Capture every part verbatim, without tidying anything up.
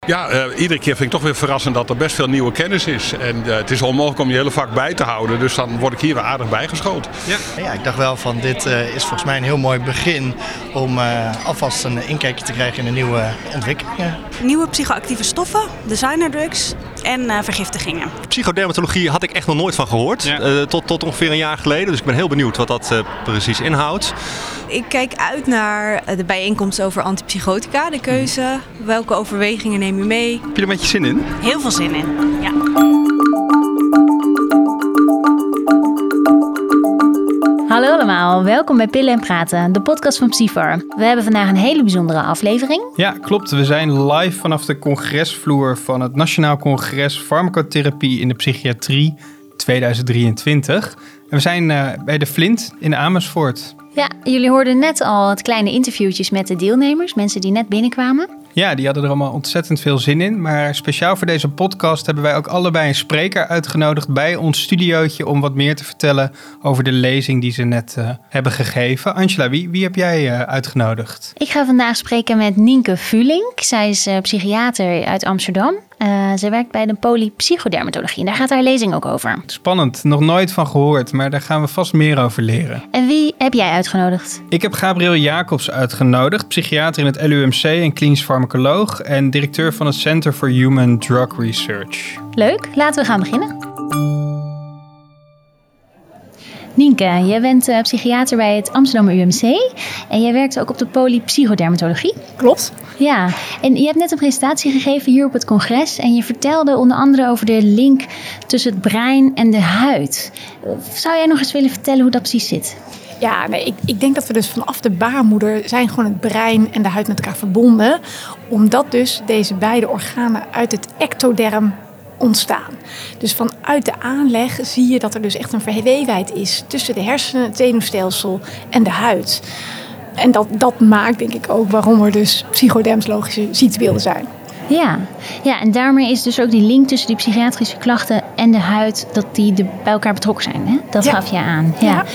Ja, uh, iedere keer vind ik toch weer verrassend dat er best veel nieuwe kennis is. En uh, het is onmogelijk om je hele vak bij te houden. Dus dan word ik hier weer aardig bijgeschoten. Ja, ja ik dacht wel van dit uh, is volgens mij een heel mooi begin om uh, alvast een inkijkje te krijgen in de nieuwe ontwikkelingen. Nieuwe psychoactieve stoffen, designerdrugs en uh, vergiftigingen. Psychodermatologie had ik echt nog nooit van gehoord. Ja. Uh, tot, tot ongeveer een jaar geleden. Dus ik ben heel benieuwd wat dat uh, precies inhoudt. Ik kijk uit naar de bijeenkomst over antipsychotica. De keuze, welke overwegingen neem je mee? Heb je er met je zin in? Heel veel zin in, ja. Hallo allemaal, welkom bij Pillen en Praten, de podcast van Psyfar. We hebben vandaag een hele bijzondere aflevering. Ja, klopt. We zijn live vanaf de congresvloer van het Nationaal Congres Farmacotherapie in de Psychiatrie tweeduizend drieëntwintig. En we zijn uh, bij de Flint in Amersfoort. Ja, jullie hoorden net al het kleine interviewtjes met de deelnemers, mensen die net binnenkwamen. Ja, die hadden er allemaal ontzettend veel zin in. Maar speciaal voor deze podcast hebben wij ook allebei een spreker uitgenodigd bij ons studiootje om wat meer te vertellen over de lezing die ze net uh, hebben gegeven. Angela, wie, wie heb jij uh, uitgenodigd? Ik ga vandaag spreken met Nienke Vulink. Zij is uh, psychiater uit Amsterdam. Uh, ze werkt bij de Poli Psychodermatologie en daar gaat haar lezing ook over. Spannend, nog nooit van gehoord, maar daar gaan we vast meer over leren. En wie heb jij uitgenodigd? Ik heb Gabriel Jacobs uitgenodigd, psychiater in het L U M C en klinisch farmacoloog en directeur van het Center for Human Drug Research. Leuk, laten we gaan beginnen. Nienke, jij bent uh, psychiater bij het Amsterdam U M C en jij werkt ook op de Poli Psychodermatologie. Klopt. Ja, en je hebt net een presentatie gegeven hier op het congres en je vertelde onder andere over de link tussen het brein en de huid. Zou jij nog eens willen vertellen hoe dat precies zit? Ja, nee, ik, ik denk dat we dus vanaf de baarmoeder zijn gewoon het brein en de huid met elkaar verbonden. Omdat dus deze beide organen uit het ectoderm ontstaan. Dus vanuit de aanleg zie je dat er dus echt een verwevenheid is tussen de hersenen, het zenuwstelsel en de huid. En dat, dat maakt denk ik ook waarom er dus psychodermatologische ziektebeelden zijn. Ja. ja, en daarmee is dus ook die link tussen die psychiatrische klachten en de huid, dat die de, bij elkaar betrokken zijn. Hè? Dat ja. gaf je aan. Ja. Ja,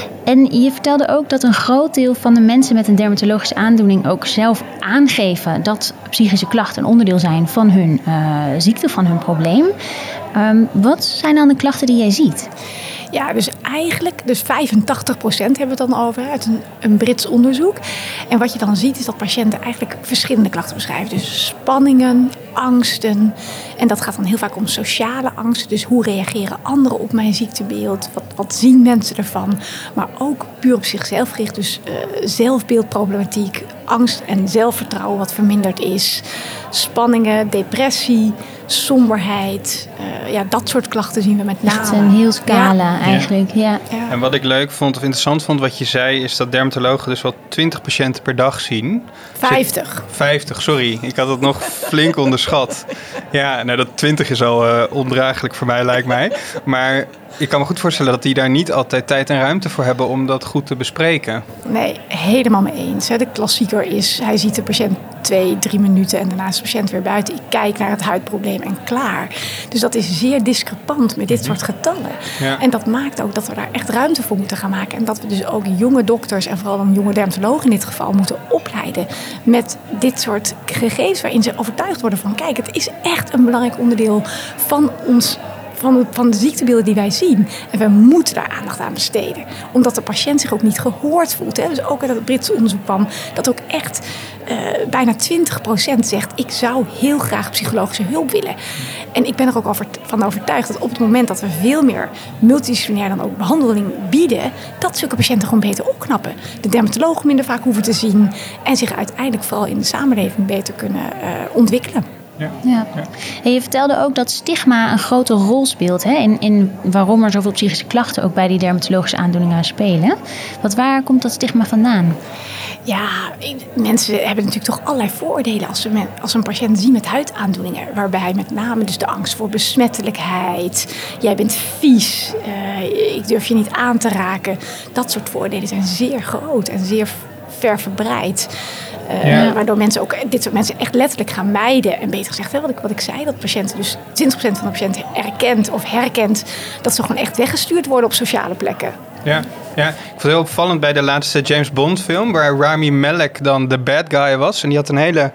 en je vertelde ook dat een groot deel van de mensen met een dermatologische aandoening ook zelf aangeven dat psychische klachten een onderdeel zijn van hun uh, ziekte, van hun probleem. Um, wat zijn dan de klachten die jij ziet? Ja, dus eigenlijk, dus vijfentachtig procent hebben we het dan over uit een, een Brits onderzoek. En wat je dan ziet is dat patiënten eigenlijk verschillende klachten beschrijven. Dus spanningen, angsten. En dat gaat dan heel vaak om sociale angst. Dus hoe reageren anderen op mijn ziektebeeld? Wat, wat zien mensen ervan? Maar ook puur op zichzelf gericht. Dus uh, zelfbeeldproblematiek, angst en zelfvertrouwen wat verminderd is. Spanningen, depressie, somberheid. Uh, ja, dat soort klachten zien we met name. Echt een heel scala ja. eigenlijk, ja. ja. En wat ik leuk vond of interessant vond wat je zei, is dat dermatologen dus wel twintig patiënten per dag zien. vijftig. vijftig, sorry. Ik had het nog flink onderschat. Ja, nou dat twintig is al uh, ondraaglijk voor mij, lijkt mij. Maar ik kan me goed voorstellen dat die daar niet altijd tijd en ruimte voor hebben om dat goed te bespreken. Nee, helemaal mee eens. De klassieker is, hij ziet de patiënt twee, drie minuten en daarna is de patiënt weer buiten. Ik kijk naar het huidprobleem en klaar. Dus dat is zeer discrepant met dit soort getallen. Ja. En dat maakt ook dat we daar echt ruimte voor moeten gaan maken. En dat we dus ook jonge dokters en vooral dan jonge dermatologen in dit geval moeten opleiden met dit soort gegevens waarin ze overtuigd worden van kijk, het is echt een belangrijk onderdeel van ons Van de, van de ziektebeelden die wij zien. En we moeten daar aandacht aan besteden. Omdat de patiënt zich ook niet gehoord voelt. Hè. Dus ook uit het Britse onderzoek kwam dat ook echt uh, bijna twintig procent zegt ik zou heel graag psychologische hulp willen. En ik ben er ook over, van overtuigd dat op het moment dat we veel meer multidisciplinair dan ook behandeling bieden, dat zulke patiënten gewoon beter opknappen. De dermatoloog minder vaak hoeven te zien en zich uiteindelijk vooral in de samenleving beter kunnen uh, ontwikkelen. Ja. Ja. En je vertelde ook dat stigma een grote rol speelt hè, in, in waarom er zoveel psychische klachten ook bij die dermatologische aandoeningen spelen. Want waar komt dat stigma vandaan? Ja, mensen hebben natuurlijk toch allerlei vooroordelen als ze, met, als ze een patiënt zien met huidaandoeningen. Waarbij met name dus de angst voor besmettelijkheid. Jij bent vies, uh, ik durf je niet aan te raken. Dat soort vooroordelen zijn zeer groot en zeer ver verbreid. Uh, ja. Waardoor mensen ook dit soort mensen echt letterlijk gaan mijden. En beter gezegd, hè, wat, ik, wat ik zei, dat patiënten dus twintig procent van de patiënten erkent of herkent dat ze gewoon echt weggestuurd worden op sociale plekken. Ja, ja, ik vond het heel opvallend bij de laatste James Bond film, waar Rami Malek dan de bad guy was. En die had een hele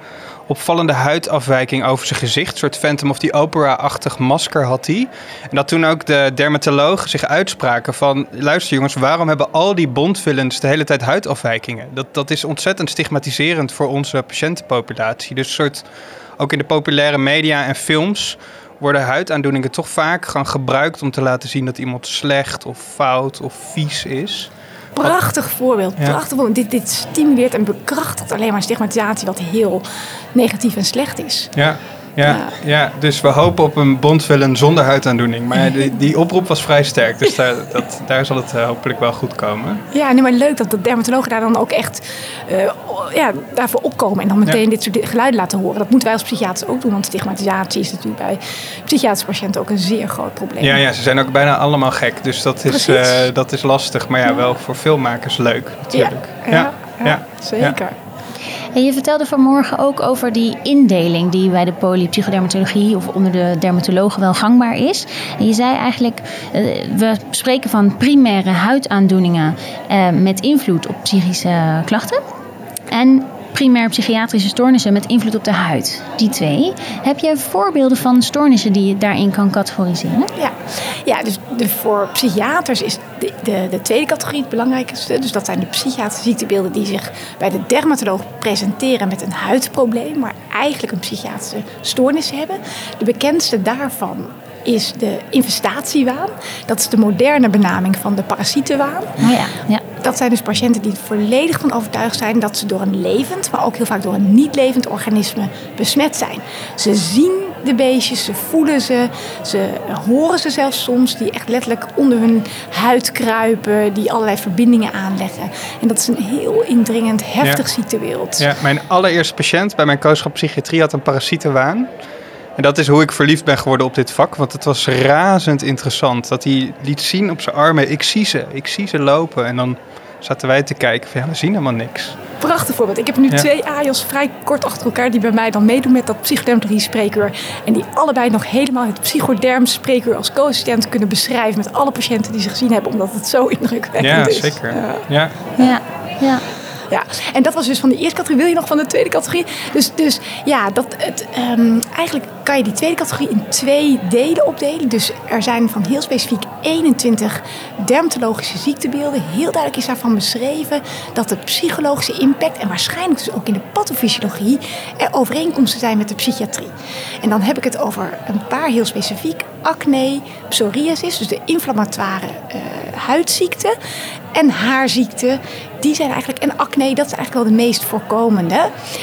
opvallende huidafwijking over zijn gezicht. Een soort Phantom of the Opera-achtig masker had hij. En dat toen ook de dermatologen zich uitspraken van... luister jongens, waarom hebben al die Bond-villains de hele tijd huidafwijkingen? Dat, dat is ontzettend stigmatiserend voor onze patiëntenpopulatie. Dus een soort, ook in de populaire media en films... worden huidaandoeningen toch vaak gaan gebruikt om te laten zien dat iemand slecht of fout of vies is. Prachtig voorbeeld. Ja. Prachtig voorbeeld. Dit, dit stimuleert en bekrachtigt alleen maar stigmatisatie wat heel negatief en slecht is. Ja, ja, Ja. ja. Dus we hopen op een Bond-villain zonder huidaandoening. Maar die, die oproep was vrij sterk, dus daar, dat, daar zal het uh, hopelijk wel goed komen. Ja, nee, maar leuk dat de dermatologen daar dan ook echt uh, ja, daarvoor opkomen. En dan meteen Ja. dit soort geluiden laten horen. Dat moeten wij als psychiaters ook doen. Want stigmatisatie is natuurlijk bij psychiatrische patiënten ook een zeer groot probleem. Ja, ja, ze zijn ook bijna allemaal gek. Dus dat is, uh, dat is lastig. Maar ja, wel voor filmmakers leuk natuurlijk. Ja, ja, ja, ja zeker. Ja. En je vertelde vanmorgen ook over die indeling die bij de polypsychodermatologie of onder de dermatologen wel gangbaar is. En je zei eigenlijk, we spreken van primaire huidaandoeningen met invloed op psychische klachten. En primair psychiatrische stoornissen met invloed op de huid. Die twee. Heb je voorbeelden van stoornissen die je daarin kan categoriseren? Ja, ja dus de, voor psychiaters is de, de, de tweede categorie het belangrijkste. Dus dat zijn de psychiatrische ziektebeelden die zich bij de dermatoloog presenteren met een huidprobleem, maar eigenlijk een psychiatrische stoornis hebben. De bekendste daarvan is de infestatiewaan. Dat is de moderne benaming van de parasietenwaan. Oh ja, ja. Dat zijn dus patiënten die er volledig van overtuigd zijn dat ze door een levend, maar ook heel vaak door een niet-levend organisme besmet zijn. Ze zien de beestjes, ze voelen ze, ze horen ze zelfs soms, die echt letterlijk onder hun huid kruipen, die allerlei verbindingen aanleggen. En dat is een heel indringend, heftig ja. ziektebeeld. Ja, mijn allereerste patiënt bij mijn coachschap psychiatrie had een parasietenwaan. En dat is hoe ik verliefd ben geworden op dit vak. Want het was razend interessant. Dat hij liet zien op zijn armen. Ik zie ze. Ik zie ze lopen. En dan zaten wij te kijken van ja, we zien helemaal niks. Prachtig voorbeeld. Ik heb nu ja. twee A I O's vrij kort achter elkaar die bij mij dan meedoen met dat psychodermatologie spreekuur. En die allebei nog helemaal het psychoderm spreekuur als co-assistent kunnen beschrijven met alle patiënten die ze gezien hebben. Omdat het zo indrukwekkend ja, is. Zeker. Ja, ja. ja. ja. Ja, en dat was dus van de eerste categorie. Wil je nog van de tweede categorie? Dus, dus ja, dat het, um, eigenlijk kan je die tweede categorie in twee delen opdelen. Dus er zijn van heel specifiek eenentwintig dermatologische ziektebeelden. Heel duidelijk is daarvan beschreven dat de psychologische impact en waarschijnlijk dus ook in de pathofysiologie er overeenkomsten zijn met de psychiatrie. En dan heb ik het over een paar heel specifiek. Acne, psoriasis, dus de inflammatoire uh, huidziekte en haarziekte. Die zijn eigenlijk, en acne, dat is eigenlijk wel de meest voorkomende.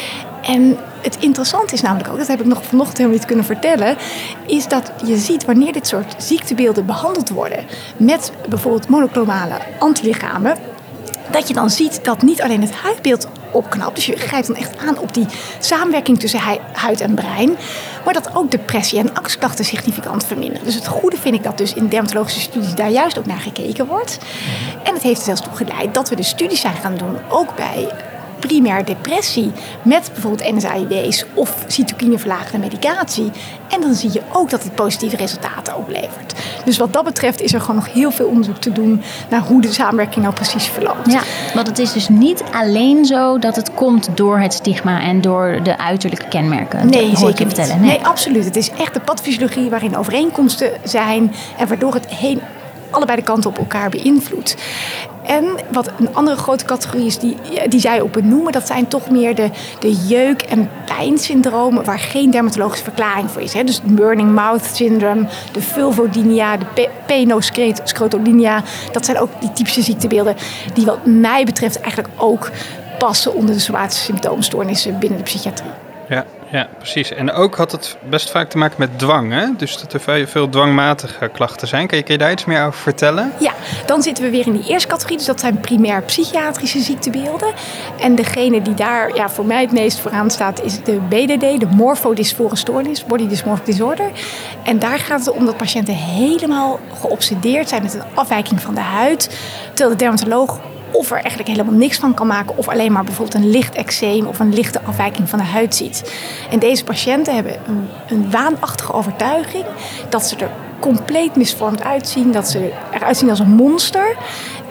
En het interessante is namelijk ook, dat heb ik nog vanochtend helemaal niet kunnen vertellen, is dat je ziet wanneer dit soort ziektebeelden behandeld worden met bijvoorbeeld monoclonale antilichamen, dat je dan ziet dat niet alleen het huidbeeld opknapt, dus je grijpt dan echt aan op die samenwerking tussen huid en brein, maar dat ook depressie en angstklachten significant verminderen. Dus het goede vind ik dat dus in dermatologische studies daar juist ook naar gekeken wordt. En het heeft er zelfs toe geleid dat we de studies zijn gaan doen, ook bij primair depressie met bijvoorbeeld N S A I D's of cytokineverlagende medicatie. En dan zie je ook dat het positieve resultaten oplevert. Dus wat dat betreft is er gewoon nog heel veel onderzoek te doen naar hoe de samenwerking nou precies verloopt. Ja, want het is dus niet alleen zo dat het komt door het stigma en door de uiterlijke kenmerken. Nee, dat zeker niet. niet. Nee. nee, absoluut. Het is echt de pathofysiologie waarin overeenkomsten zijn en waardoor het heen allebei de kanten op elkaar beïnvloedt. En wat een andere grote categorie is die, die zij ook benoemen, dat zijn toch meer de, de jeuk- en pijnsyndromen waar geen dermatologische verklaring voor is. Hè. Dus burning mouth syndrome, de vulvodynia, de pe- penoscrotodynia. Dat zijn ook die typische ziektebeelden die wat mij betreft eigenlijk ook passen onder de somatische symptoomstoornissen binnen de psychiatrie. Ja, ja, precies. En ook had het best vaak te maken met dwang, hè? Dus dat er veel, veel dwangmatige klachten zijn. Kan je, kun je daar iets meer over vertellen? Ja, dan zitten we weer in die eerste categorie. Dus dat zijn primair psychiatrische ziektebeelden. En degene die daar ja, voor mij het meest vooraan staat is de B D D, de morfodysfore stoornis, body dysmorphic disorder. En daar gaat het om dat patiënten helemaal geobsedeerd zijn met een afwijking van de huid. Terwijl de dermatoloog of er eigenlijk helemaal niks van kan maken, of alleen maar bijvoorbeeld een licht eczeem of een lichte afwijking van de huid ziet. En deze patiënten hebben een, een waanachtige overtuiging dat ze er compleet misvormd uitzien, dat ze eruit zien als een monster.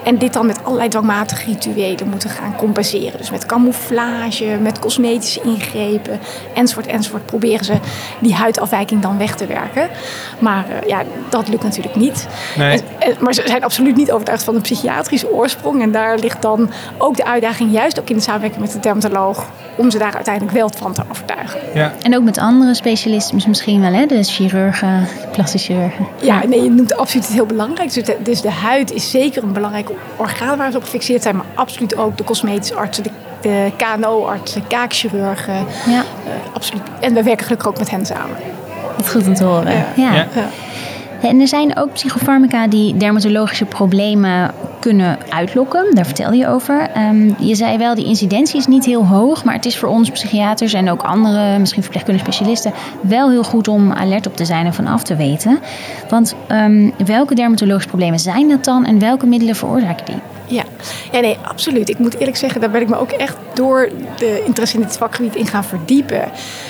En dit dan met allerlei dwangmatige rituelen moeten gaan compenseren. Dus met camouflage, met cosmetische ingrepen, enzovoort, enzovoort. Proberen ze die huidafwijking dan weg te werken. Maar uh, ja, dat lukt natuurlijk niet. Nee. En, en, maar ze zijn absoluut niet overtuigd van een psychiatrische oorsprong. En daar ligt dan ook de uitdaging, juist ook in de samenwerking met de dermatoloog, om ze daar uiteindelijk wel van te overtuigen. Ja. En ook met andere specialisten misschien wel, hè? De chirurgen, plastische chirurgen. Ja, nee, je noemt absoluut het heel belangrijk. Dus de, dus de huid is zeker een belangrijk orgaan waar ze op gefixeerd zijn, maar absoluut ook de cosmetische artsen, de, de K N O-artsen, de kaakchirurgen. Ja. Uh, absoluut. En we werken gelukkig ook met hen samen. Dat is goed om te horen. Ja. Ja. Ja. Ja. En er zijn ook psychofarmaca die dermatologische problemen kunnen uitlokken. Daar vertelde je over. Um, je zei wel, die incidentie is niet heel hoog, maar het is voor ons psychiaters en ook andere, misschien verpleegkundige specialisten, wel heel goed om alert op te zijn en van af te weten. Want um, welke dermatologische problemen zijn dat dan en welke middelen veroorzaken die? Ja. ja, nee, absoluut. Ik moet eerlijk zeggen, daar ben ik me ook echt door de interesse in dit vakgebied in gaan verdiepen.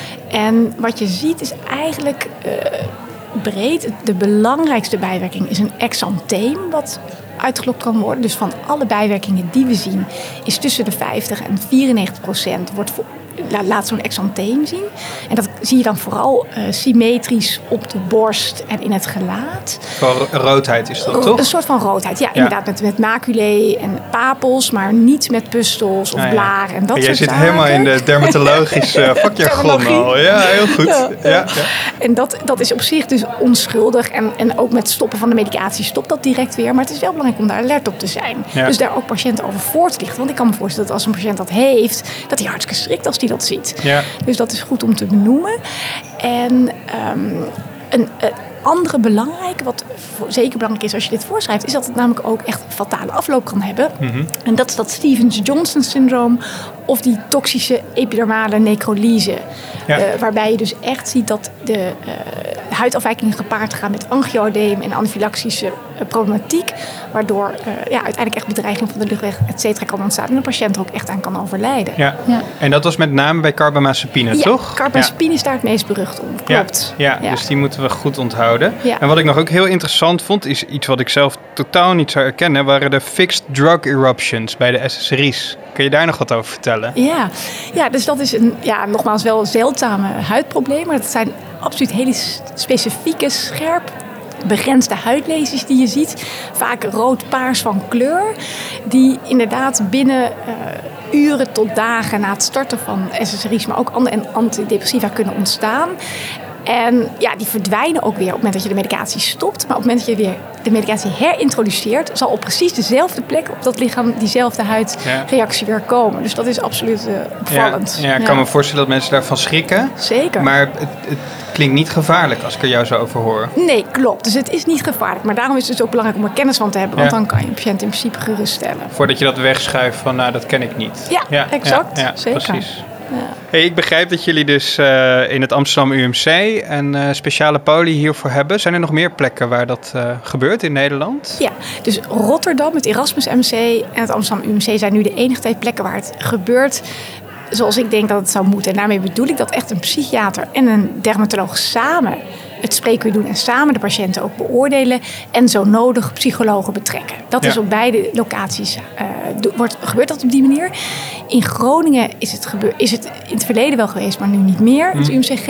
En wat je ziet is eigenlijk Uh, breed. De belangrijkste bijwerking is een exantheem wat uitgelokt kan worden. Dus van alle bijwerkingen die we zien is tussen de vijftig en vierennegentig procent wordt voor, laat zo'n exantheem zien. En dat zie je dan vooral uh, symmetrisch op de borst en in het gelaat. Voor roodheid is dat, toch? Een soort van roodheid, ja, ja. inderdaad. Met, met maculae en papels, maar niet met pustels of ah, ja. blaren en dat en soort zit zaken. helemaal in de dermatologische vakjargon al. Ja, heel goed. Ja. Ja. Ja. En dat, dat is op zich dus onschuldig. En, en ook met stoppen van de medicatie stopt dat direct weer. Maar het is wel belangrijk om daar alert op te zijn. Ja. Dus daar ook patiënten over voor te lichten. Want ik kan me voorstellen dat als een patiënt dat heeft, dat hij hartstikke schrikt als hij dat ziet. Ja. Dus dat is goed om te benoemen. En um, een, een andere belangrijke, wat voor, zeker belangrijk is als je dit voorschrijft, is dat het namelijk ook echt fatale afloop kan hebben. Mm-hmm. En dat is dat Stevens-Johnson syndroom of die toxische epidermale necrolyse. Ja. Uh, waarbij je dus echt ziet dat de uh, huidafwijkingen gepaard gaan met angioedeem en anafylaxische uh, problematiek. Waardoor uh, ja, uiteindelijk echt bedreiging van de luchtweg, et cetera, kan ontstaan. En de patiënt er ook echt aan kan overlijden. Ja. Ja. En dat was met name bij carbamazepine, ja, toch? Carbamazepine ja. is daar het meest berucht om. Klopt. Ja, ja, ja, dus die moeten we goed onthouden. Ja. En wat ik nog ook heel interessant vond, is iets wat ik zelf totaal niet zou herkennen, waren de fixed drug eruptions bij de S S R I's. Kun je daar nog wat over vertellen? Ja, ja dus dat is een, ja, nogmaals wel zeldzame huidprobleem. Maar dat zijn absoluut hele specifieke, scherp begrensde huidlesies die je ziet. Vaak rood-paars van kleur. Die inderdaad binnen uh, uren tot dagen na het starten van S S R I's, maar ook andere en antidepressiva kunnen ontstaan. En ja, die verdwijnen ook weer op het moment dat je de medicatie stopt. Maar op het moment dat je weer de medicatie herintroduceert, zal op precies dezelfde plek op dat lichaam diezelfde huidreactie ja. weer komen. Dus dat is absoluut uh, opvallend. Ja, ja, ik kan ja. me voorstellen dat mensen daarvan schrikken. Zeker. Maar het, het klinkt niet gevaarlijk als ik er jou zo over hoor. Nee, klopt. Dus het is niet gevaarlijk. Maar daarom is het dus ook belangrijk om er kennis van te hebben. Want ja. dan kan je een patiënt in principe geruststellen. Voordat je dat wegschuift van, nou, dat ken ik niet. Ja, ja exact. Ja, ja, zeker. Precies. Ja. Hey, ik begrijp dat jullie dus uh, in het Amsterdam U M C een uh, speciale poli hiervoor hebben. Zijn er nog meer plekken waar dat uh, gebeurt in Nederland? Ja, dus Rotterdam, het Erasmus M C en het Amsterdam U M C zijn nu de enige twee plekken waar het gebeurt zoals ik denk dat het zou moeten. En daarmee bedoel ik dat echt een psychiater en een dermatoloog samen het spreekuur doen en samen de patiënten ook beoordelen en zo nodig psychologen betrekken. Dat ja. is op beide locaties, uh, wordt, gebeurt dat op die manier. In Groningen is het, gebeur, is het in het verleden wel geweest, maar nu niet meer, het U M C G.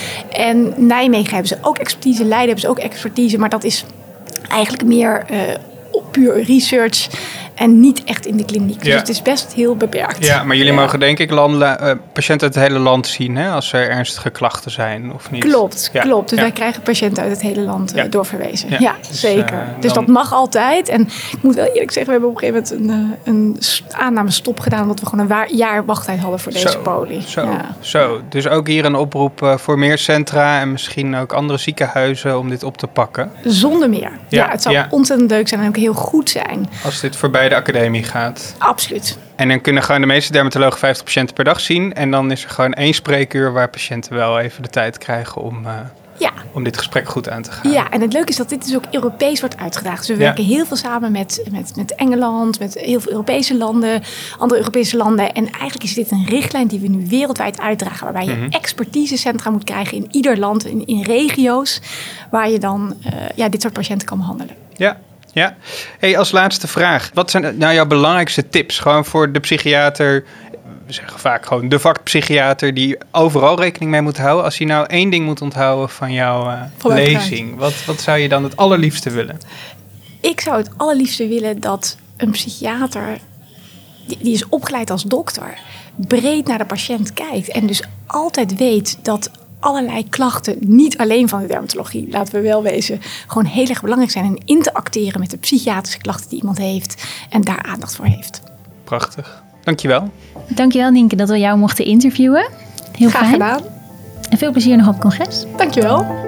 En Nijmegen hebben ze ook expertise, Leiden hebben ze ook expertise, maar dat is eigenlijk meer uh, puur research en niet echt in de kliniek. Dus ja. het is best heel beperkt. Ja, maar jullie ja. mogen denk ik landen, uh, patiënten uit het hele land zien, hè, als er ernstige klachten zijn of niet? Klopt, ja. klopt. Dus ja. wij krijgen patiënten uit het hele land uh, ja. doorverwezen. Ja, ja dus, zeker. Uh, dus dan... dat mag altijd. En ik moet wel eerlijk zeggen, we hebben op een gegeven moment een, uh, een aannamestop gedaan, omdat we gewoon een waar, jaar wachttijd hadden voor deze zo, poli. Zo, ja. zo. Dus ook hier een oproep uh, voor meer centra en misschien ook andere ziekenhuizen om dit op te pakken? Zonder meer. Ja, ja het zou ja. ontzettend leuk zijn en ook heel goed zijn. Als dit voorbij de academie gaat. Absoluut. En dan kunnen gewoon de meeste dermatologen vijftig patiënten per dag zien. En dan is er gewoon één spreekuur waar patiënten wel even de tijd krijgen om, uh, ja. om dit gesprek goed aan te gaan. Ja, en het leuke is dat dit dus ook Europees wordt uitgedragen. Dus we ja. werken heel veel samen met, met, met Engeland, met heel veel Europese landen, andere Europese landen. En eigenlijk is dit een richtlijn die we nu wereldwijd uitdragen. Waarbij je mm-hmm. expertisecentra moet krijgen in ieder land, in, in regio's, waar je dan uh, ja, dit soort patiënten kan behandelen. Ja. Ja. Hey, als laatste vraag. Wat zijn nou jouw belangrijkste tips? Gewoon voor de psychiater, we zeggen vaak gewoon de vakpsychiater die overal rekening mee moet houden. Als je nou één ding moet onthouden van jouw uh, lezing, wat, wat zou je dan het allerliefste willen? Ik zou het allerliefste willen dat een psychiater, die, die is opgeleid als dokter, breed naar de patiënt kijkt. En dus altijd weet dat allerlei klachten, niet alleen van de dermatologie, laten we wel wezen, gewoon heel erg belangrijk zijn. En interacteren met de psychiatrische klachten die iemand heeft en daar aandacht voor heeft. Prachtig. Dankjewel. Dankjewel Nienke dat we jou mochten interviewen. Heel Graag fijn. gedaan. En veel plezier nog op het congres. Dankjewel.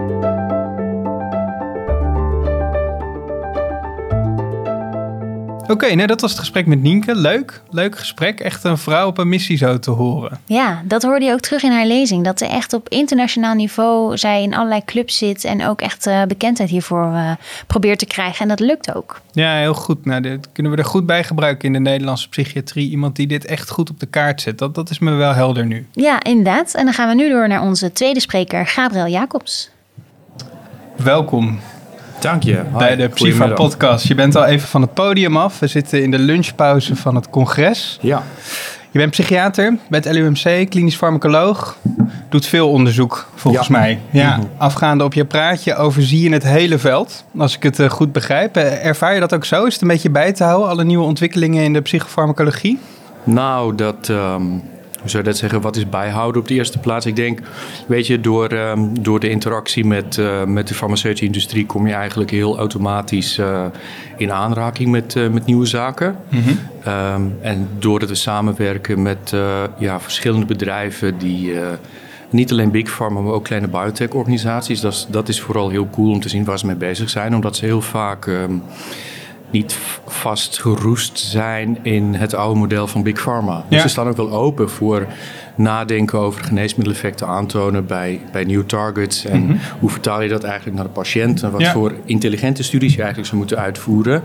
Oké, okay, nou dat was het gesprek met Nienke. Leuk, leuk gesprek. Echt een vrouw op een missie zo te horen. Ja, dat hoorde je ook terug in haar lezing. Dat er echt op internationaal niveau zij in allerlei clubs zit en ook echt uh, bekendheid hiervoor uh, probeert te krijgen. En dat lukt ook. Ja, heel goed. Nou, dit kunnen we er goed bij gebruiken in de Nederlandse psychiatrie. Iemand die dit echt goed op de kaart zet. Dat, dat is me wel helder nu. Ja, inderdaad. En dan gaan we nu door naar onze tweede spreker, Gabriel Jacobs. Welkom. Dank je. Bij de Psyfa podcast. Je bent al even van het podium af. We zitten in de lunchpauze van het congres. Ja. Je bent psychiater bij het L U M C, klinisch farmacoloog. Doet veel onderzoek, volgens ja. mij. Ja, mm-hmm. Afgaande op je praatje overzie je het hele veld. Als ik het uh, goed begrijp. Ervaar je dat ook zo? Is het een beetje bij te houden? Alle nieuwe ontwikkelingen in de psychofarmacologie? Nou, dat... Um... Hoe zou je dat zeggen? Wat is bijhouden op de eerste plaats? Ik denk, weet je, door, um, door de interactie met, uh, met de farmaceutische industrie kom je eigenlijk heel automatisch uh, in aanraking met, uh, met nieuwe zaken. Mm-hmm. Um, en doordat we samenwerken met uh, ja, verschillende bedrijven die uh, niet alleen Big Pharma, maar ook kleine biotech-organisaties. Dat is, dat is vooral heel cool om te zien waar ze mee bezig zijn, omdat ze heel vaak Um, niet vastgeroest zijn in het oude model van Big Pharma. Ja. Dus ze staan ook wel open voor nadenken over geneesmiddeleffecten aantonen bij, bij nieuwe targets. En mm-hmm. hoe vertaal je dat eigenlijk naar de patiënt? En wat ja. voor intelligente studies je eigenlijk zou moeten uitvoeren.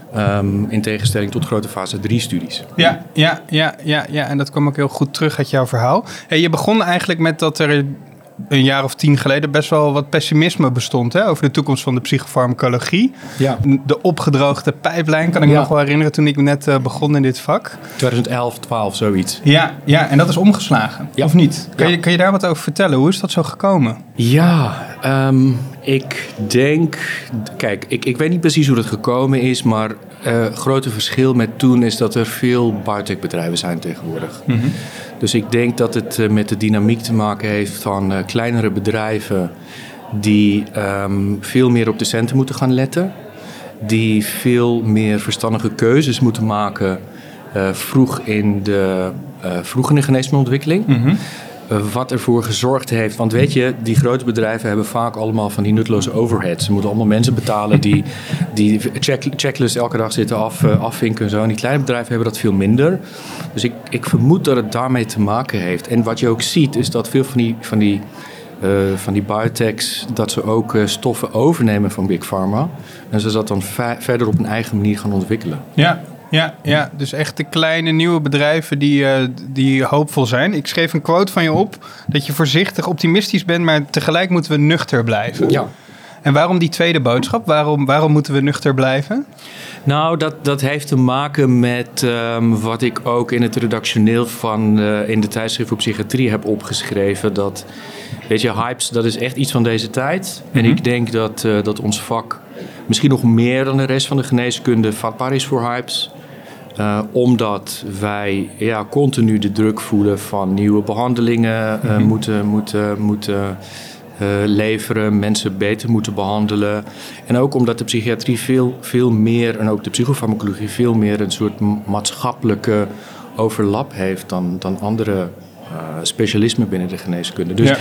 Um, in tegenstelling tot grote fase drie studies. Ja, ja, ja, ja, ja, en dat kwam ook heel goed terug uit jouw verhaal. Hey, je begon eigenlijk met dat er een jaar of tien geleden best wel wat pessimisme bestond, hè, over de toekomst van de psychofarmacologie. Ja. De opgedroogde pijplijn, kan ik me ja. nog wel herinneren toen ik net uh, begon in dit vak. twintig elf, twaalf, zoiets. Ja, ja, en dat is omgeslagen, ja. of niet? Kan, ja. je, kan je daar wat over vertellen? Hoe is dat zo gekomen? Ja, um, ik denk... Kijk, ik, ik weet niet precies hoe dat gekomen is, maar het uh, grote verschil met toen is dat er veel biotech-bedrijven zijn tegenwoordig. Mm-hmm. Dus ik denk dat het uh, met de dynamiek te maken heeft van uh, kleinere bedrijven die um, veel meer op de centen moeten gaan letten. Die veel meer verstandige keuzes moeten maken uh, vroeg in de, uh, vroeg in de geneesmiddelontwikkeling. Mm-hmm. Uh, wat ervoor gezorgd heeft, want weet je, die grote bedrijven hebben vaak allemaal van die nutteloze overheads. Ze moeten allemaal mensen betalen die, die check, checklist elke dag zitten af, uh, afvinken en zo. En die kleine bedrijven hebben dat veel minder. Dus ik, ik vermoed dat het daarmee te maken heeft. En wat je ook ziet, is dat veel van die, van die, uh, van die biotechs, dat ze ook uh, stoffen overnemen van Big Pharma. En ze dat dan fa- verder op een eigen manier gaan ontwikkelen. Ja. Ja, ja, dus echt de kleine nieuwe bedrijven die, uh, die hoopvol zijn. Ik schreef een quote van je op dat je voorzichtig optimistisch bent, maar tegelijk moeten we nuchter blijven. Ja. En waarom die tweede boodschap? Waarom, waarom moeten we nuchter blijven? Nou, dat, dat heeft te maken met um, wat ik ook in het redactioneel van uh, in de tijdschrift voor psychiatrie heb opgeschreven. Dat, weet je, hypes, dat is echt iets van deze tijd. Mm-hmm. En ik denk dat, uh, dat ons vak misschien nog meer dan de rest van de geneeskunde vatbaar is voor hypes. Uh, omdat wij ja, continu de druk voelen van nieuwe behandelingen uh, mm-hmm. moeten, moeten, moeten uh, leveren, mensen beter moeten behandelen. En ook omdat de psychiatrie veel, veel meer, en ook de psychofarmacologie veel meer een soort maatschappelijke overlap heeft dan, dan andere uh, specialismen binnen de geneeskunde. Dus, ja.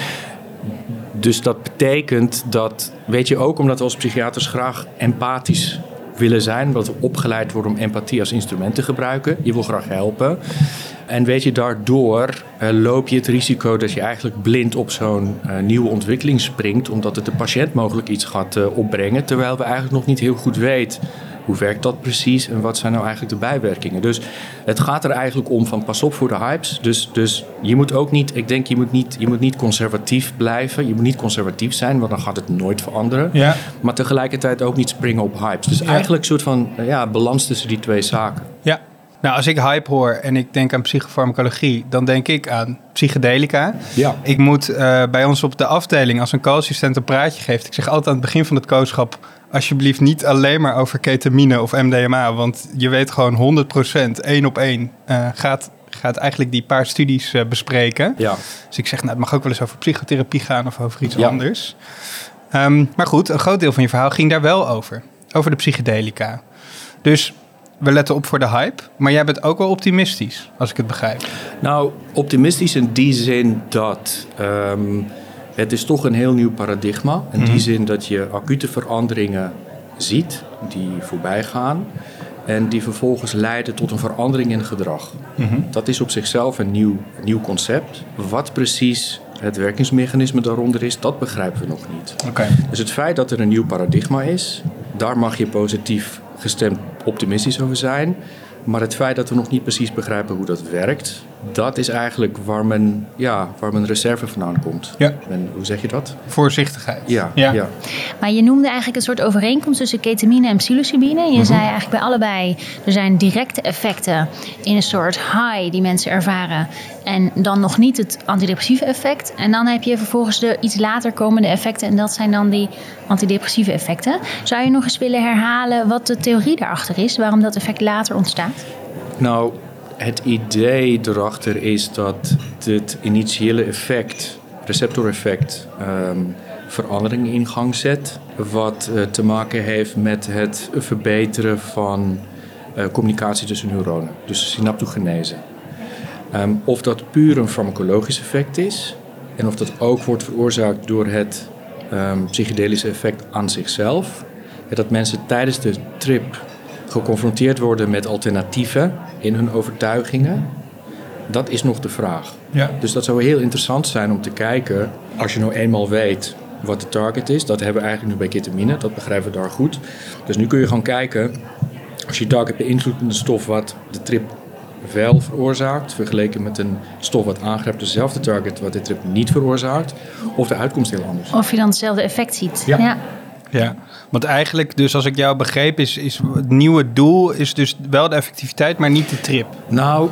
dus dat betekent dat, weet je, ook omdat we als psychiaters graag empathisch willen zijn, omdat we opgeleid worden om empathie als instrument te gebruiken. Je wil graag helpen. En weet je, daardoor uh, loop je het risico dat je eigenlijk blind op zo'n uh, nieuwe ontwikkeling springt, omdat het de patiënt mogelijk iets gaat uh, opbrengen, terwijl we eigenlijk nog niet heel goed weten Hoe werkt dat precies en wat zijn nou eigenlijk de bijwerkingen? Dus het gaat er eigenlijk om van pas op voor de hypes. Dus, dus je moet ook niet, ik denk je moet niet, je moet niet conservatief blijven. Je moet niet conservatief zijn, want dan gaat het nooit veranderen. Ja. Maar tegelijkertijd ook niet springen op hypes. Dus Ja. eigenlijk een soort van ja, balans tussen die twee zaken. Ja. Nou, als ik hype hoor en ik denk aan psychofarmacologie, dan denk ik aan psychedelica. Ja. Ik moet uh, bij ons op de afdeling, als een co-assistent een praatje geeft, ik zeg altijd aan het begin van het co-schap, alsjeblieft niet alleen maar over ketamine of M D M A, want je weet gewoon honderd procent, één op één, uh, gaat, gaat eigenlijk die paar studies uh, bespreken. Ja. Dus ik zeg, nou, het mag ook wel eens over psychotherapie gaan of over iets Ja. anders. Um, maar goed, een groot deel van je verhaal ging daar wel over. Over de psychedelica. Dus we letten op voor de hype, maar jij bent ook wel optimistisch, als ik het begrijp. Nou, optimistisch in die zin dat um, het is toch een heel nieuw paradigma. In Mm-hmm. die zin dat je acute veranderingen ziet die voorbij gaan en die vervolgens leiden tot een verandering in gedrag. Mm-hmm. Dat is op zichzelf een nieuw, nieuw concept. Wat precies het werkingsmechanisme daaronder is, dat begrijpen we nog niet. Okay. Dus het feit dat er een nieuw paradigma is, daar mag je positief gestemd optimistisch over zijn. Maar het feit dat we nog niet precies begrijpen hoe dat werkt, dat is eigenlijk waar mijn, ja, waar mijn reserve vandaan komt. Ja. En hoe zeg je dat? Voorzichtigheid. Ja, ja. ja. Maar je noemde eigenlijk een soort overeenkomst tussen ketamine en psilocybine. Je Mm-hmm. zei eigenlijk bij allebei, er zijn directe effecten in een soort high die mensen ervaren. En dan nog niet het antidepressieve effect. En dan heb je vervolgens de iets later komende effecten. En dat zijn dan die antidepressieve effecten. Zou je nog eens willen herhalen wat de theorie daarachter is? Waarom dat effect later ontstaat? Nou, het idee erachter is dat dit initiële effect, receptoreffect, um, verandering in gang zet. Wat uh, te maken heeft met het verbeteren van uh, communicatie tussen neuronen. Dus synaptogenese. Um, of dat puur een farmacologisch effect is. En of dat ook wordt veroorzaakt door het um, psychedelische effect aan zichzelf. En dat mensen tijdens de trip geconfronteerd worden met alternatieven in hun overtuigingen. Dat is nog de vraag. Ja. Dus dat zou heel interessant zijn om te kijken, als je nou eenmaal weet wat de target is. Dat hebben we eigenlijk nu bij ketamine, dat begrijpen we daar goed. Dus nu kun je gewoon kijken, als je target beïnvloedt met een stof wat de trip wel veroorzaakt, vergeleken met een stof wat aangrijpt dezelfde target wat de trip niet veroorzaakt, of de uitkomst heel anders. Of je dan hetzelfde effect ziet. Ja. ja. Ja, want eigenlijk, dus als ik jou begreep, is, is het nieuwe doel is dus wel de effectiviteit, maar niet de trip. Nou,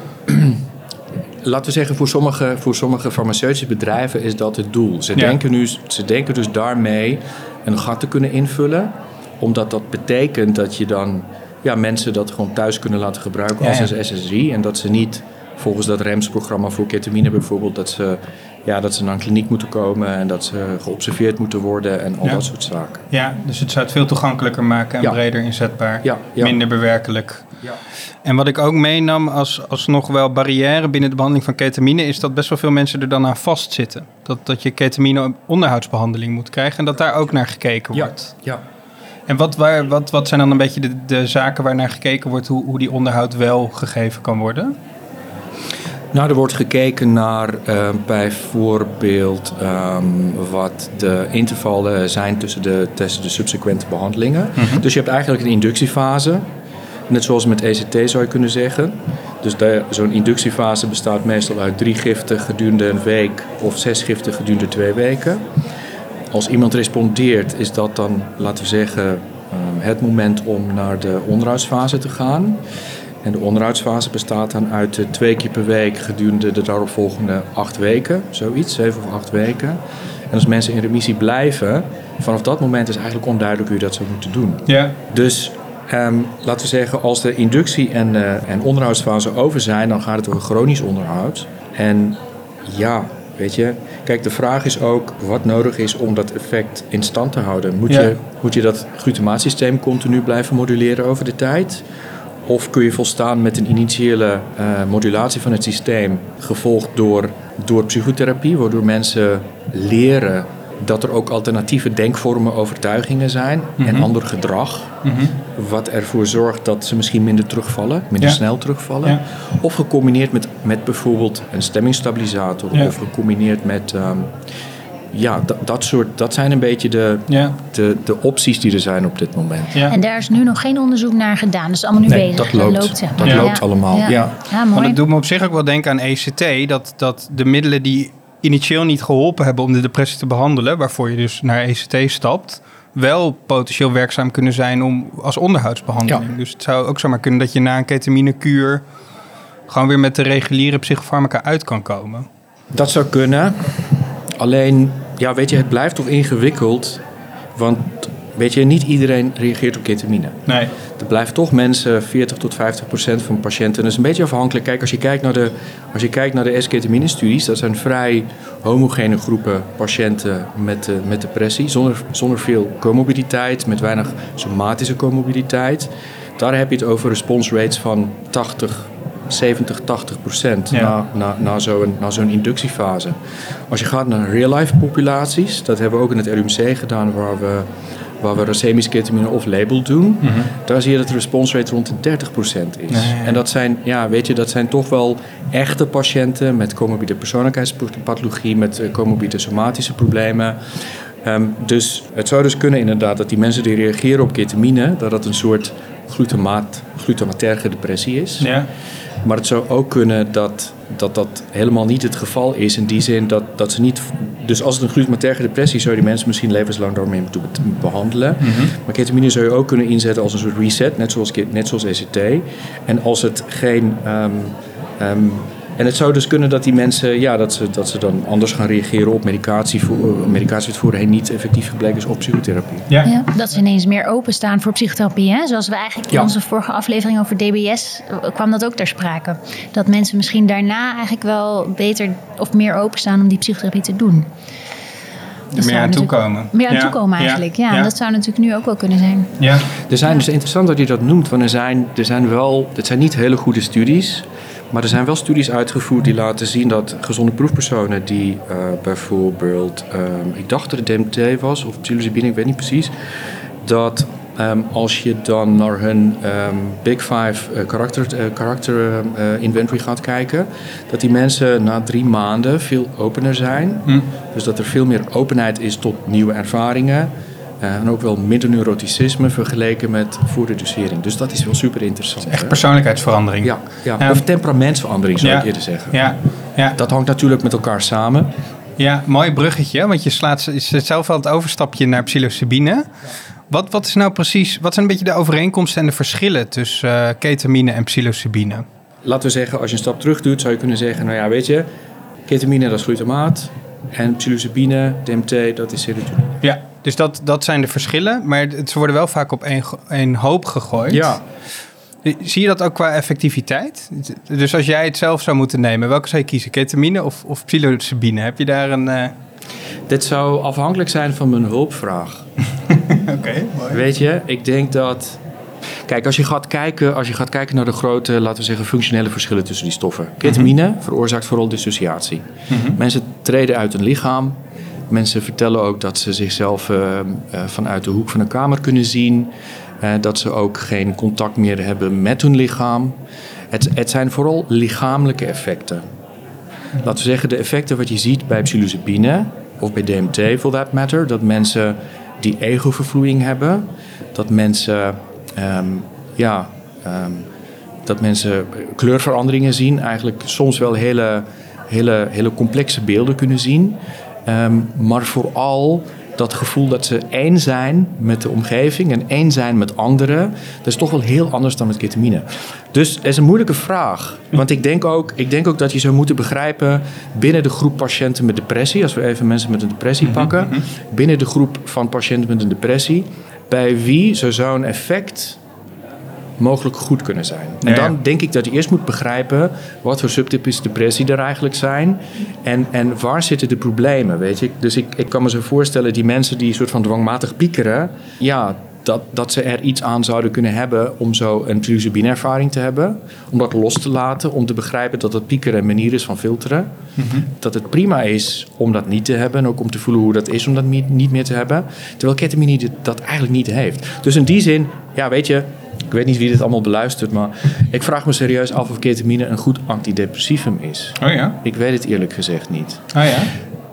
laten we zeggen, voor sommige, voor sommige farmaceutische bedrijven is dat het doel. Ze, Ja. denken nu, ze denken dus daarmee een gat te kunnen invullen, omdat dat betekent dat je dan ja, mensen dat gewoon thuis kunnen laten gebruiken Ja, als ja. een S S R I. En dat ze niet volgens dat R E M S-programma voor ketamine bijvoorbeeld, dat ze, ja, dat ze naar een kliniek moeten komen en dat ze geobserveerd moeten worden en al Ja. dat soort zaken. Ja, dus het zou het veel toegankelijker maken en Ja. breder inzetbaar, Ja, ja. minder bewerkelijk. Ja. En wat ik ook meenam als, als nog wel barrière binnen de behandeling van ketamine, is dat best wel veel mensen er dan aan vastzitten. Dat, dat je ketamine onderhoudsbehandeling moet krijgen en dat daar ook naar gekeken Ja, wordt. ja. En wat, waar, wat, wat zijn dan een beetje de, de zaken waar naar gekeken wordt, hoe, hoe die onderhoud wel gegeven kan worden? Nou, er wordt gekeken naar uh, bijvoorbeeld um, wat de intervallen zijn tussen de, tussen de subsequente behandelingen. Mhm. Dus je hebt eigenlijk een inductiefase, net zoals met E C T zou je kunnen zeggen. Dus de- zo'n inductiefase bestaat meestal uit drie giften gedurende een week of zes giften gedurende twee weken. Als iemand respondeert, is dat dan, laten we zeggen, um, het moment om naar de onderhoudsfase te gaan. En de onderhoudsfase bestaat dan uit uh, twee keer per week gedurende de daaropvolgende acht weken. Zoiets, zeven of acht weken. En als mensen in remissie blijven, vanaf dat moment is eigenlijk onduidelijk hoe je dat zou moeten doen. Ja. Dus um, laten we zeggen, als de inductie en, uh, en onderhoudsfase over zijn, dan gaat het over chronisch onderhoud. En ja, weet je, kijk, de vraag is ook wat nodig is om dat effect in stand te houden. Moet, Ja. je, moet je dat glutamaatsysteem continu blijven moduleren over de tijd? Of kun je volstaan met een initiële uh, modulatie van het systeem, gevolgd door, door psychotherapie, waardoor mensen leren dat er ook alternatieve denkvormen, overtuigingen zijn Mhm. en ander gedrag, Mhm. wat ervoor zorgt dat ze misschien minder terugvallen, minder Ja. snel terugvallen. Ja. Of gecombineerd met, met bijvoorbeeld een stemmingsstabilisator, Ja. of gecombineerd met, um, ja, d- dat, soort, dat zijn een beetje de, ja. de, de opties die er zijn op dit moment. Ja. En daar is nu nog geen onderzoek naar gedaan. Dat is allemaal nu nee, bezig. Dat loopt, dat loopt, zeg maar. dat ja. loopt allemaal. Ja. Ja. Ja, mooi. Want het doet me op zich ook wel denken aan E C T. Dat, dat de middelen die initieel niet geholpen hebben om de depressie te behandelen, waarvoor je dus naar E C T stapt, wel potentieel werkzaam kunnen zijn om als onderhoudsbehandeling. Ja. Dus het zou ook zomaar kunnen dat je na een ketaminekuur gewoon weer met de reguliere psychofarmaca uit kan komen. Dat zou kunnen. Alleen, ja, weet je, het blijft toch ingewikkeld. Want, weet je, niet iedereen reageert op ketamine. Nee. Er blijven toch mensen, veertig tot vijftig procent van patiënten. Dat is een beetje afhankelijk. Kijk, als je kijkt naar de, als je kijkt naar de S-ketamine-studies, dat zijn vrij homogene groepen patiënten met, uh, met depressie. Zonder, zonder veel comorbiditeit, met weinig somatische comorbiditeit. Daar heb je het over response rates van tachtig, zeventig, tachtig procent ja. na, na, na, zo'n, na zo'n inductiefase. Als je gaat naar real-life populaties, dat hebben we ook in het R U M C gedaan, waar we, waar we racemisch ketamine off-label doen, mm-hmm. daar zie je dat de response rate rond de dertig procent is. Nee, ja. En dat zijn, ja, weet je, dat zijn toch wel echte patiënten met comorbide persoonlijkheidspathologie, met uh, comorbide somatische problemen. Um, dus het zou dus kunnen inderdaad dat die mensen die reageren op ketamine, dat dat een soort glutamaat, glutamaterge depressie is. Ja. Maar het zou ook kunnen dat, dat dat helemaal niet het geval is. In die zin dat, dat ze niet... Dus als het een glutamaterge depressie is, zou je die mensen misschien levenslang daarmee moeten behandelen. Mm-hmm. Maar ketamine zou je ook kunnen inzetten als een soort reset, net zoals, net zoals E C T. En als het geen... Um, um, En het zou dus kunnen dat die mensen, ja, dat ze, dat ze dan anders gaan reageren op medicatie. Voor, medicatie wat voorheen niet effectief gebleken is op psychotherapie. Ja. Ja, dat ze ineens meer openstaan voor psychotherapie. Hè? Zoals we eigenlijk in ja. onze vorige aflevering over D B S kwam dat ook ter sprake. Dat mensen misschien daarna eigenlijk wel beter of meer openstaan om die psychotherapie te doen. Er meer aan toekomen. Meer aan ja. toekomen eigenlijk, ja. ja. Dat zou natuurlijk nu ook wel kunnen zijn. Ja. Er zijn dus interessant dat je dat noemt, want er zijn, er zijn wel, het zijn niet hele goede studies. Maar er zijn wel studies uitgevoerd die laten zien dat gezonde proefpersonen die uh, bijvoorbeeld, um, ik dacht dat het D M T was of psilocybine, ik weet niet precies, dat um, als je dan naar hun um, Big Five uh, karakter, uh, karakter uh, inventory gaat kijken, dat die mensen na drie maanden veel opener zijn. Hm. Dus dat er veel meer openheid is tot nieuwe ervaringen. Uh, en ook wel minder neuroticisme vergeleken met voor de dosering. Dus dat is wel super interessant. Echt hè? Persoonlijkheidsverandering. Ja, ja. ja, of temperamentsverandering zou ja. ik eerder zeggen. Ja. Ja. Dat hangt natuurlijk met elkaar samen. Ja, mooi bruggetje, want je slaat je zet zelf al het overstapje naar psilocybine. Wat, wat is nou precies, wat zijn een beetje de overeenkomsten en de verschillen tussen uh, ketamine en psilocybine? Laten we zeggen, als je een stap terug doet, zou je kunnen zeggen, nou ja, weet je, ketamine dat is glutamaat en psilocybine, D M T, dat is serotonine. Ja. Dus dat, dat zijn de verschillen, maar ze worden wel vaak op één, één hoop gegooid. Ja. Zie je dat ook qua effectiviteit? Dus als jij het zelf zou moeten nemen, welke zou je kiezen? Ketamine of, of psilocybine? Heb je daar een... Uh... Dit zou afhankelijk zijn van mijn hulpvraag. Oké, okay, mooi. Weet je, ik denk dat... Kijk, als je gaat kijken, als je gaat kijken naar de grote, laten we zeggen, functionele verschillen tussen die stoffen. Ketamine mm-hmm. veroorzaakt vooral dissociatie. Mm-hmm. Mensen treden uit hun lichaam. Mensen vertellen ook dat ze zichzelf uh, uh, vanuit de hoek van een kamer kunnen zien. Uh, dat ze ook geen contact meer hebben met hun lichaam. Het, het zijn vooral lichamelijke effecten. Laten we zeggen, de effecten wat je ziet bij psilocybine of bij D M T for that matter. Dat mensen die egovervloeiing hebben. Dat mensen, um, ja, um, dat mensen kleurveranderingen zien. Eigenlijk soms wel hele, hele, hele complexe beelden kunnen zien. Um, maar vooral dat gevoel dat ze één zijn met de omgeving en één zijn met anderen, dat is toch wel heel anders dan met ketamine. Dus het is een moeilijke vraag. Want ik denk ook, ik denk ook dat je zou moeten begrijpen binnen de groep patiënten met depressie, als we even mensen met een depressie pakken, binnen de groep van patiënten met een depressie, bij wie zou zo'n effect mogelijk goed kunnen zijn. En dan denk ik dat je eerst moet begrijpen wat voor subtypes depressie er eigenlijk zijn en, en waar zitten de problemen, weet je. Dus ik, ik kan me zo voorstellen, die mensen die soort van dwangmatig piekeren, ja, dat, dat ze er iets aan zouden kunnen hebben om zo een psilocybine-ervaring te hebben, om dat los te laten, om te begrijpen dat dat piekeren een manier is van filteren. Mm-hmm. Dat het prima is om dat niet te hebben en ook om te voelen hoe dat is om dat niet meer te hebben. Terwijl ketamine dat eigenlijk niet heeft. Dus in die zin, ja, weet je, ik weet niet wie dit allemaal beluistert, maar ik vraag me serieus af of ketamine een goed antidepressivum is. Oh ja? Ik weet het eerlijk gezegd niet. Oh ja?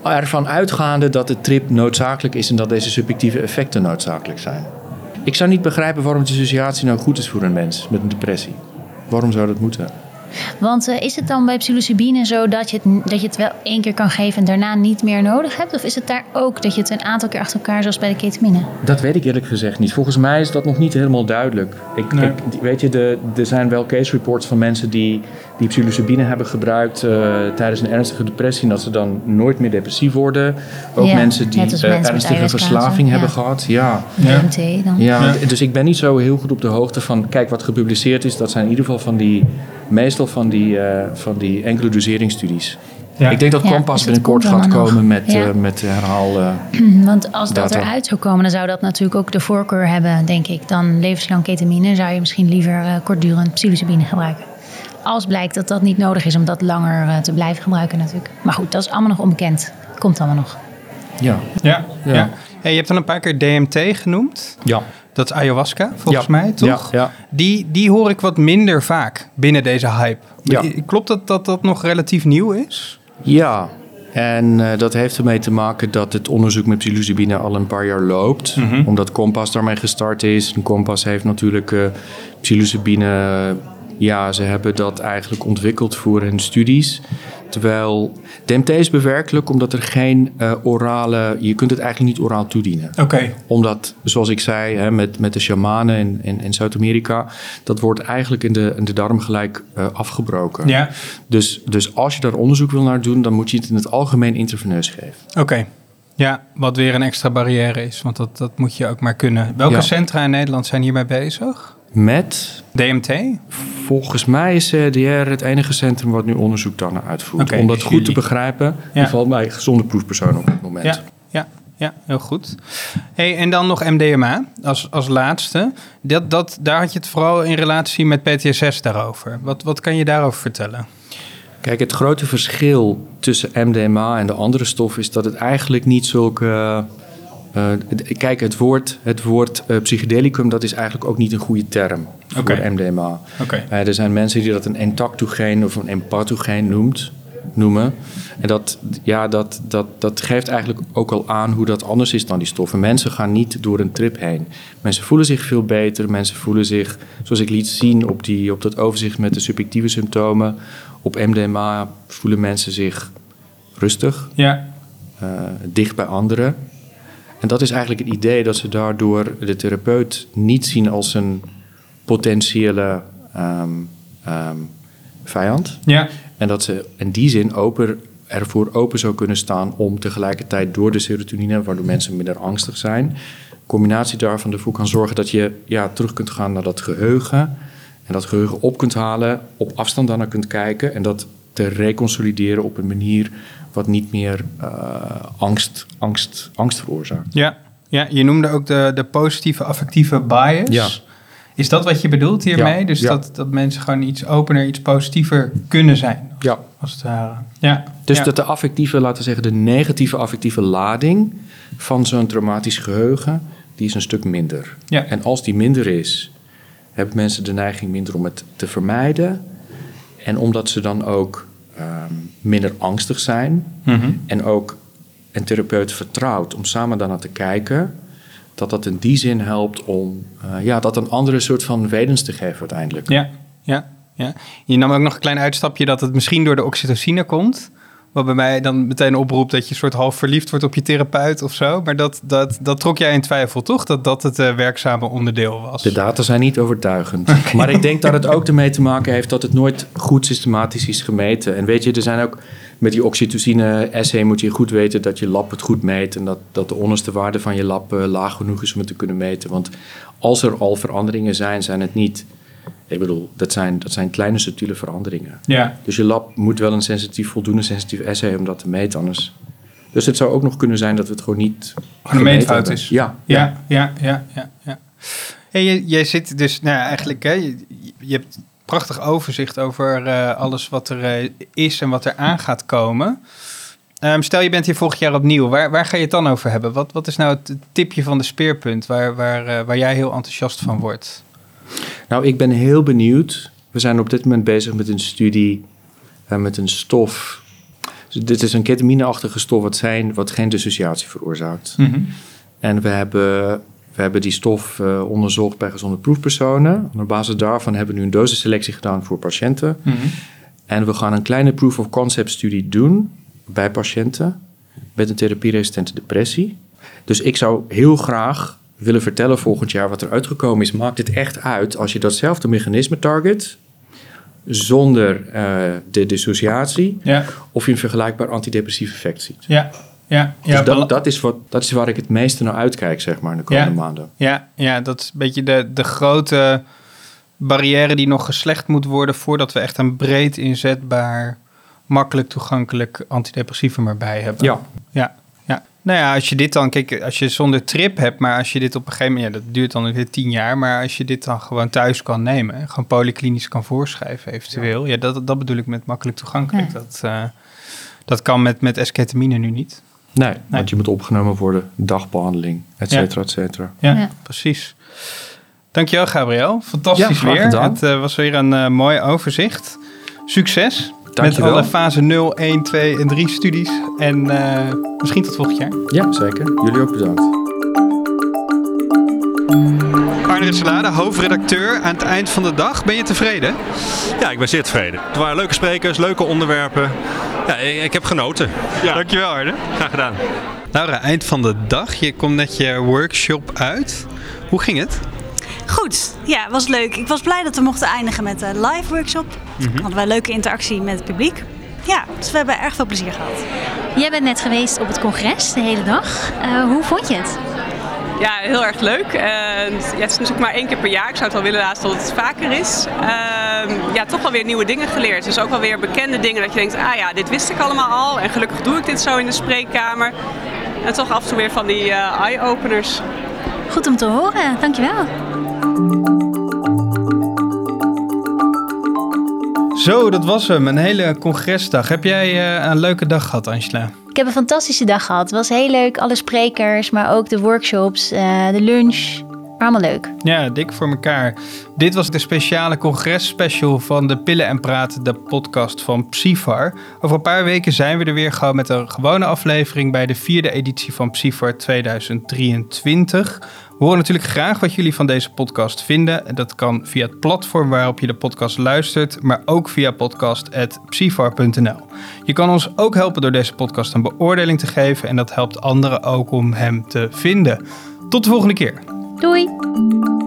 ervan uitgaande dat de trip noodzakelijk is en dat deze subjectieve effecten noodzakelijk zijn. Ik zou niet begrijpen waarom dissociatie nou goed is voor een mens met een depressie. Waarom zou dat moeten? Want uh, is het dan bij psilocybine zo dat je, het, dat je het wel één keer kan geven en daarna niet meer nodig hebt? Of is het daar ook dat je het een aantal keer achter elkaar, zoals bij de ketamine? Dat weet ik eerlijk gezegd niet. Volgens mij is dat nog niet helemaal duidelijk. Ik, nee. ik, weet je, de, er zijn wel case reports van mensen die, die psilocybine hebben gebruikt uh, tijdens een ernstige depressie en dat ze dan nooit meer depressief worden. Ook ja, mensen die uh, mensen ernstige verslaving ja. hebben gehad. Ja. Ja. D M T dan. Ja, ja. Dus ik ben niet zo heel goed op de hoogte van, kijk wat gepubliceerd is. Dat zijn in ieder geval van die, meestal van die, uh, van die enkele doseringsstudies. Ja. Ik denk dat Kompas ja, binnenkort gaat komen met, ja. uh, met herhaal uh, Want als dat data. eruit zou komen, dan zou dat natuurlijk ook de voorkeur hebben, denk ik. Dan levenslang ketamine, zou je misschien liever uh, kortdurend psilocybine gebruiken. Als blijkt dat dat niet nodig is om dat langer uh, te blijven gebruiken natuurlijk. Maar goed, dat is allemaal nog onbekend. Komt allemaal nog. Ja. Ja, ja. ja. Hey, je hebt dan een paar keer D M T genoemd. Ja. Dat is ayahuasca, volgens ja. mij, toch? Ja, ja. Die, die hoor ik wat minder vaak binnen deze hype. Ja. Klopt dat, dat dat nog relatief nieuw is? Ja, en uh, dat heeft ermee te maken dat het onderzoek met psilocybine al een paar jaar loopt. Mm-hmm. Omdat Kompas daarmee gestart is. En Kompas heeft natuurlijk uh, psilocybine... Ja, ze hebben dat eigenlijk ontwikkeld voor hun studies. Terwijl D M T is bewerkelijk omdat er geen uh, orale... Je kunt het eigenlijk niet oraal toedienen. Oké. Okay. Omdat, zoals ik zei, hè, met, met de shamanen in, in, in Zuid-Amerika... dat wordt eigenlijk in de, in de darm gelijk uh, afgebroken. Ja. Dus, dus als je daar onderzoek wil naar doen... dan moet je het in het algemeen intraveneus geven. Oké. Okay. Ja, wat weer een extra barrière is. Want dat, dat moet je ook maar kunnen. Welke ja. centra in Nederland zijn hiermee bezig? Met? D M T? Volgens mij is C D R het enige centrum wat nu onderzoek daarna uitvoert. Okay, Om dat dus goed jullie... te begrijpen. Ja. In ieder geval bij gezonde proefpersonen op dit moment. Ja, ja, ja, heel goed. Hey, en dan nog M D M A als, als laatste. Dat, dat, daar had je het vooral in relatie met P T S S daarover. Wat, wat kan je daarover vertellen? Kijk, het grote verschil tussen M D M A en de andere stoffen... is dat het eigenlijk niet zulke... Uh, kijk, het woord, het woord uh, psychedelicum, dat is eigenlijk ook niet een goede term voor okay. M D M A. Okay. Uh, er zijn mensen die dat een entactogeen of een empathogeen noemt, noemen. En dat, ja, dat, dat, dat geeft eigenlijk ook al aan hoe dat anders is dan die stoffen. Mensen gaan niet door een trip heen. Mensen voelen zich veel beter. Mensen voelen zich, zoals ik liet zien op, die, op dat overzicht met de subjectieve symptomen. Op M D M A voelen mensen zich rustig, ja. uh, dicht bij anderen. En dat is eigenlijk het idee dat ze daardoor de therapeut niet zien als een potentiële um, um, vijand. Ja. En dat ze in die zin open, ervoor open zou kunnen staan om tegelijkertijd door de serotonine, waardoor mensen minder angstig zijn, een combinatie daarvan ervoor kan zorgen dat je ja, terug kunt gaan naar dat geheugen. En dat geheugen op kunt halen, op afstand daarnaar kunt kijken en dat te reconsolideren op een manier wat niet meer uh, angst, angst, angst veroorzaakt. Ja, ja, je noemde ook de, de positieve affectieve bias. Ja. Is dat wat je bedoelt hiermee? Ja, dus ja. Dat, dat mensen gewoon iets opener, iets positiever kunnen zijn? Ja. Als het ware. Ja. Dus ja. dat de affectieve, laten we zeggen, de negatieve affectieve lading van zo'n traumatisch geheugen, die is een stuk minder. Ja. En als die minder is, hebben mensen de neiging minder om het te vermijden. En omdat ze dan ook um, minder angstig zijn mm-hmm. en ook een therapeut vertrouwt om samen daarnaar te kijken, dat dat in die zin helpt om uh, ja, dat een andere soort van wetens te geven uiteindelijk. Ja, ja, ja. Je nam ook nog een klein uitstapje dat het misschien door de oxytocine komt. Wat bij mij dan meteen oproept dat je soort half verliefd wordt op je therapeut of zo. Maar dat, dat, dat trok jij in twijfel, toch? Dat dat het uh, werkzame onderdeel was. De data zijn niet overtuigend. Okay. Maar ik denk dat het ook ermee te maken heeft dat het nooit goed systematisch is gemeten. En weet je, er zijn ook met die oxytocine-assay moet je goed weten dat je lab het goed meet. En dat, dat de onderste waarde van je lab uh, laag genoeg is om het te kunnen meten. Want als er al veranderingen zijn, zijn het niet... Ik bedoel, dat zijn, dat zijn kleine subtiele veranderingen. Ja. Dus je lab moet wel een sensitief, voldoende sensitief assay om dat te meten, anders. Dus het zou ook nog kunnen zijn dat het gewoon niet... Gewoon een meetfout is. Ja. Ja, ja, ja, ja. ja. Hey, jij, jij zit dus, nou ja, eigenlijk, hè, je, je hebt een prachtig overzicht over uh, alles wat er uh, is en wat er aan gaat komen. Um, stel, je bent hier volgend jaar opnieuw. Waar, waar ga je het dan over hebben? Wat, wat is nou het tipje van de speerpunt waar, waar, uh, waar jij heel enthousiast van wordt? Nou, ik ben heel benieuwd. We zijn op dit moment bezig met een studie uh, met een stof. Dus dit is een ketamineachtige stof wat, zijn, wat geen dissociatie veroorzaakt. Mm-hmm. En we hebben, we hebben die stof uh, onderzocht bij gezonde proefpersonen. Op basis daarvan hebben we nu een dosisselectie gedaan voor patiënten. Mm-hmm. En we gaan een kleine proof of concept studie doen bij patiënten met een therapieresistente depressie. Dus ik zou heel graag willen vertellen volgend jaar wat er uitgekomen is. Maakt het echt uit als je datzelfde mechanisme target zonder uh, de dissociatie, ja. of je een vergelijkbaar antidepressief effect ziet. Ja, ja. Dus ja dat, dat, is wat, dat is waar ik het meeste naar uitkijk, zeg maar, in de komende ja. maanden. Ja, ja, dat is een beetje de, de grote barrière die nog geslecht moet worden voordat we echt een breed inzetbaar, makkelijk toegankelijk antidepressivum erbij hebben. Ja. Ja. Ja. Nou ja, als je dit dan, kijk, als je zonder trip hebt, maar als je dit op een gegeven moment, ja, dat duurt dan weer tien jaar, maar als je dit dan gewoon thuis kan nemen, gewoon polyklinisch kan voorschrijven eventueel, ja, ja dat, dat bedoel ik met makkelijk toegankelijk. Ja. Dat, uh, dat kan met, met esketamine nu niet. Nee, nee, want je moet opgenomen worden, dagbehandeling, et cetera, et cetera. Ja, ja, precies. Dankjewel, Gabriel. Fantastisch ja, weer. Gedaan. Het uh, was weer een uh, mooi overzicht. Succes. Dankjewel. Met alle fase nul, één, twee en drie studies. En uh, misschien tot volgend jaar. Ja, zeker. Jullie ook bedankt. Arne Ritselade, hoofdredacteur. Aan het eind van de dag, ben je tevreden? Ja, ik ben zeer tevreden. Het waren leuke sprekers, leuke onderwerpen. Ja, ik, ik heb genoten. Ja. Dankjewel, Arne. Graag gedaan. Laura, eind van de dag. Je komt net je workshop uit. Hoe ging het? Goed, ja, het was leuk. Ik was blij dat we mochten eindigen met een live workshop. Mm-hmm. Hadden wij leuke interactie met het publiek. Ja, dus we hebben erg veel plezier gehad. Jij bent net geweest op het congres de hele dag. Uh, hoe vond je het? Ja, heel erg leuk. Uh, ja, het is natuurlijk maar één keer per jaar. Ik zou het wel willen laten dat het vaker is. Uh, ja, toch wel weer nieuwe dingen geleerd. Dus ook wel weer bekende dingen dat je denkt, ah ja, dit wist ik allemaal al. En gelukkig doe ik dit zo in de spreekkamer. En toch af en toe weer van die uh, eye-openers. Goed om te horen, dankjewel. Zo, dat was hem. Een hele congresdag. Heb jij uh, een leuke dag gehad, Angela? Ik heb een fantastische dag gehad. Het was heel leuk. Alle sprekers, maar ook de workshops, uh, de lunch. Allemaal leuk. Ja, dik voor elkaar. Dit was de speciale congresspecial van de Pillen en Praten, de podcast van Psyfar. Over een paar weken zijn we er weer gewoon met een gewone aflevering bij de vierde editie van Psyfar tweeduizend drieëntwintig. We horen natuurlijk graag wat jullie van deze podcast vinden. Dat kan via het platform waarop je de podcast luistert, maar ook via podcast punt psyfar punt n l. Je kan ons ook helpen door deze podcast een beoordeling te geven en dat helpt anderen ook om hem te vinden. Tot de volgende keer. Doei!